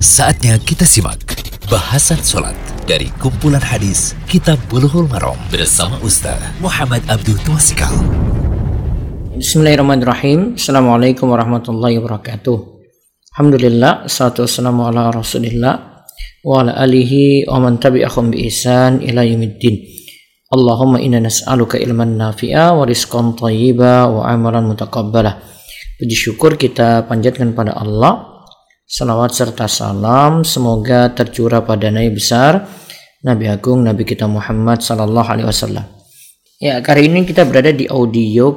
Saatnya kita simak bahasan sholat dari kumpulan hadis Kitab Bulughul Maram bersama Ustaz Muhammad Abdul Twasikal. Bismillahirrahmanirrahim. Assalamualaikum warahmatullahi wabarakatuh. Alhamdulillah, salatu wassalamu ala rasulillah wa ala alihi wa man tabi'ahum bi ihsan ila yaumiddin. Allahumma inna nas'aluka ilman nafi'a wa rizqan thayyiba wa amalan mutaqabbala. Puji syukur kita panjatkan pada Allah. Salawat serta salam semoga tercurah pada Nabi besar, Nabi agung, Nabi kita Muhammad sallallahu alaihi wasallam. Ya, kali ini kita berada di audio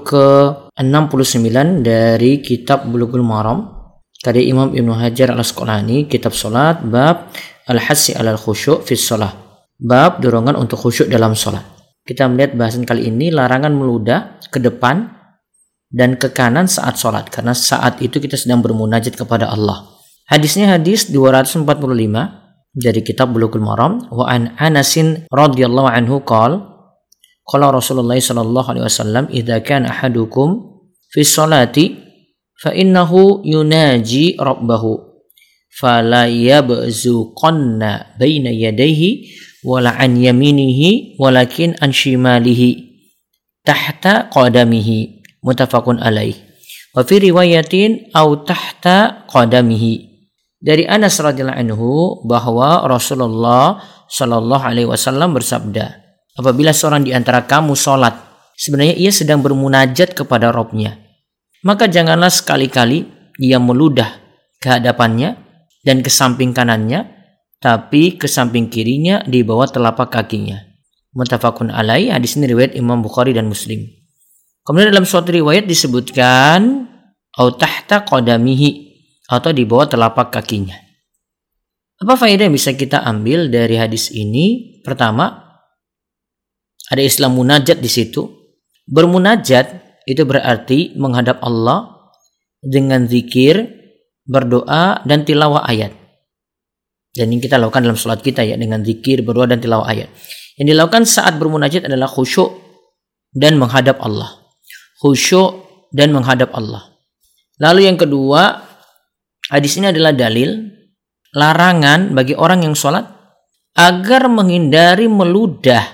ke-69 dari kitab Bulughul Maram karya Imam Ibnu Hajar Al-Asqalani, kitab salat, bab al-hassi 'alal khusyu' fi shalah. Bab dorongan untuk khusyuk dalam salat. Kita melihat bahasan kali ini larangan meludah ke depan dan ke kanan saat salat, karena saat itu kita sedang bermunajat kepada Allah. Hadisnya hadis 245 dari kitab Bulughul Maram. Wa an Anasin radhiyallahu anhu qala Rasulullah sallallahu alaihi wasallam idza kana ahadukum fi sholati fa innahu yunaji rabbahu fala yabzuqanna baina yadayhi wala an yaminihi walakin an shimalihi tahta qadamihi muttafaqun alaih wa fi riwayatin au tahta qadamihi. Dari Anas radhiyallahu anhu bahwa Rasulullah sallallahu alaihi wasallam bersabda, apabila seorang di antara kamu salat, sebenarnya ia sedang bermunajat kepada Rabb-nya, maka janganlah sekali-kali ia meludah ke hadapannya dan ke samping kanannya, tapi ke samping kirinya di bawah telapak kakinya. Muttafaqun alaih. Hadis ini riwayat Imam Bukhari dan Muslim. Kemudian dalam suatu riwayat disebutkan au tahta qadamihi, atau di bawah telapak kakinya. Apa faedah yang bisa kita ambil dari hadis ini? Pertama, ada istilah munajat di situ. Bermunajat itu berarti menghadap Allah dengan zikir, berdoa, dan tilawah ayat. Dan ini kita lakukan dalam sholat kita ya, dengan zikir, berdoa, dan tilawah ayat. Yang dilakukan saat bermunajat adalah khusyuk dan menghadap Allah. Khusyuk dan menghadap Allah. Lalu yang kedua, hadis ini adalah dalil larangan bagi orang yang sholat agar menghindari meludah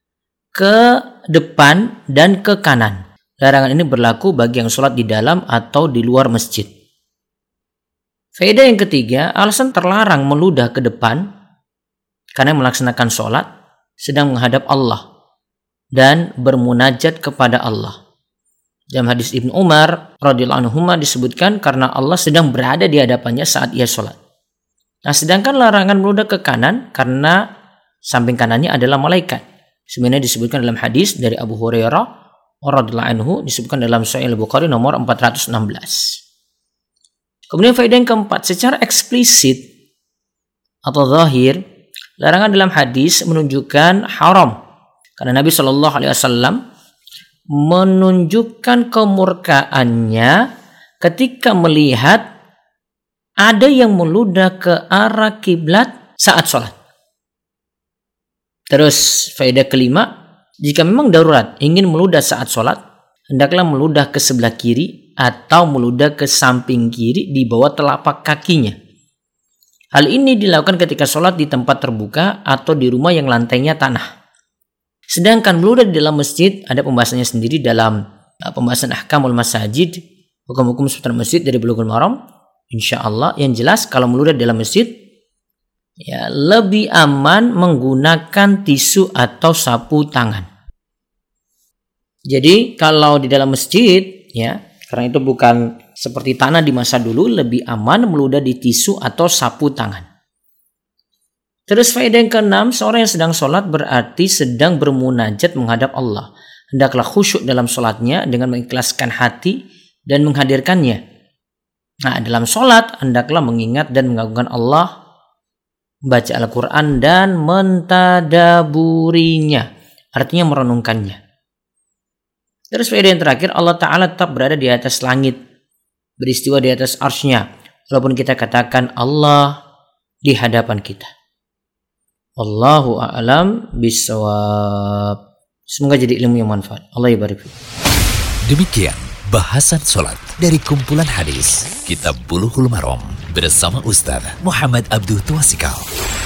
ke depan dan ke kanan. Larangan ini berlaku bagi yang sholat di dalam atau di luar masjid. Faedah yang ketiga, alasan terlarang meludah ke depan karena melaksanakan sholat sedang menghadap Allah dan bermunajat kepada Allah. Dalam hadis Ibnu Umar radhiyallahu anhuma disebutkan karena Allah sedang berada di hadapannya saat ia sholat. Nah, sedangkan larangan meludah ke kanan karena samping kanannya adalah malaikat. Sebenarnya disebutkan dalam hadis dari Abu Hurairah radhiyallahu anhu, disebutkan dalam Sahih Al-Bukhari nomor 416. Kemudian faedah yang keempat, secara eksplisit atau zahir, larangan dalam hadis menunjukkan haram. Karena Nabi Shallallahu alaihi wasallam menunjukkan kemurkaannya ketika melihat ada yang meludah ke arah kiblat saat sholat. Terus faedah kelima, jika memang darurat ingin meludah saat sholat, hendaklah meludah ke sebelah kiri atau meludah ke samping kiri di bawah telapak kakinya. Hal ini dilakukan ketika sholat di tempat terbuka atau di rumah yang lantainya tanah. Sedangkan meludah di dalam masjid ada pembahasannya sendiri dalam pembahasan ahkamul masajid, hukum-hukum seputar masjid dari Bulughul Maram. Insyaallah yang jelas kalau meludah di dalam masjid ya lebih aman menggunakan tisu atau sapu tangan. Jadi kalau di dalam masjid ya, karena itu bukan seperti tanah di masa dulu, lebih aman meludah di tisu atau sapu tangan. Terus faedah yang keenam, seorang yang sedang sholat berarti sedang bermunajat menghadap Allah. Hendaklah khusyuk dalam sholatnya dengan mengikhlaskan hati dan menghadirkannya. Nah, dalam sholat hendaklah mengingat dan mengagungkan Allah, membaca Al-Quran dan mentadaburinya, artinya merenungkannya. Terus faedah yang terakhir, Allah Ta'ala tetap berada di atas langit, beristiwa di atas arsy-Nya, walaupun kita katakan Allah di hadapan kita. Wallahu a'lam bishawab. Semoga jadi ilmu yang manfaat. Allah yabarik. Demikian Bahasan Sholat dari kumpulan hadis Kitab Bulughul Maram bersama Ustaz Muhammad Abdul Twasikal.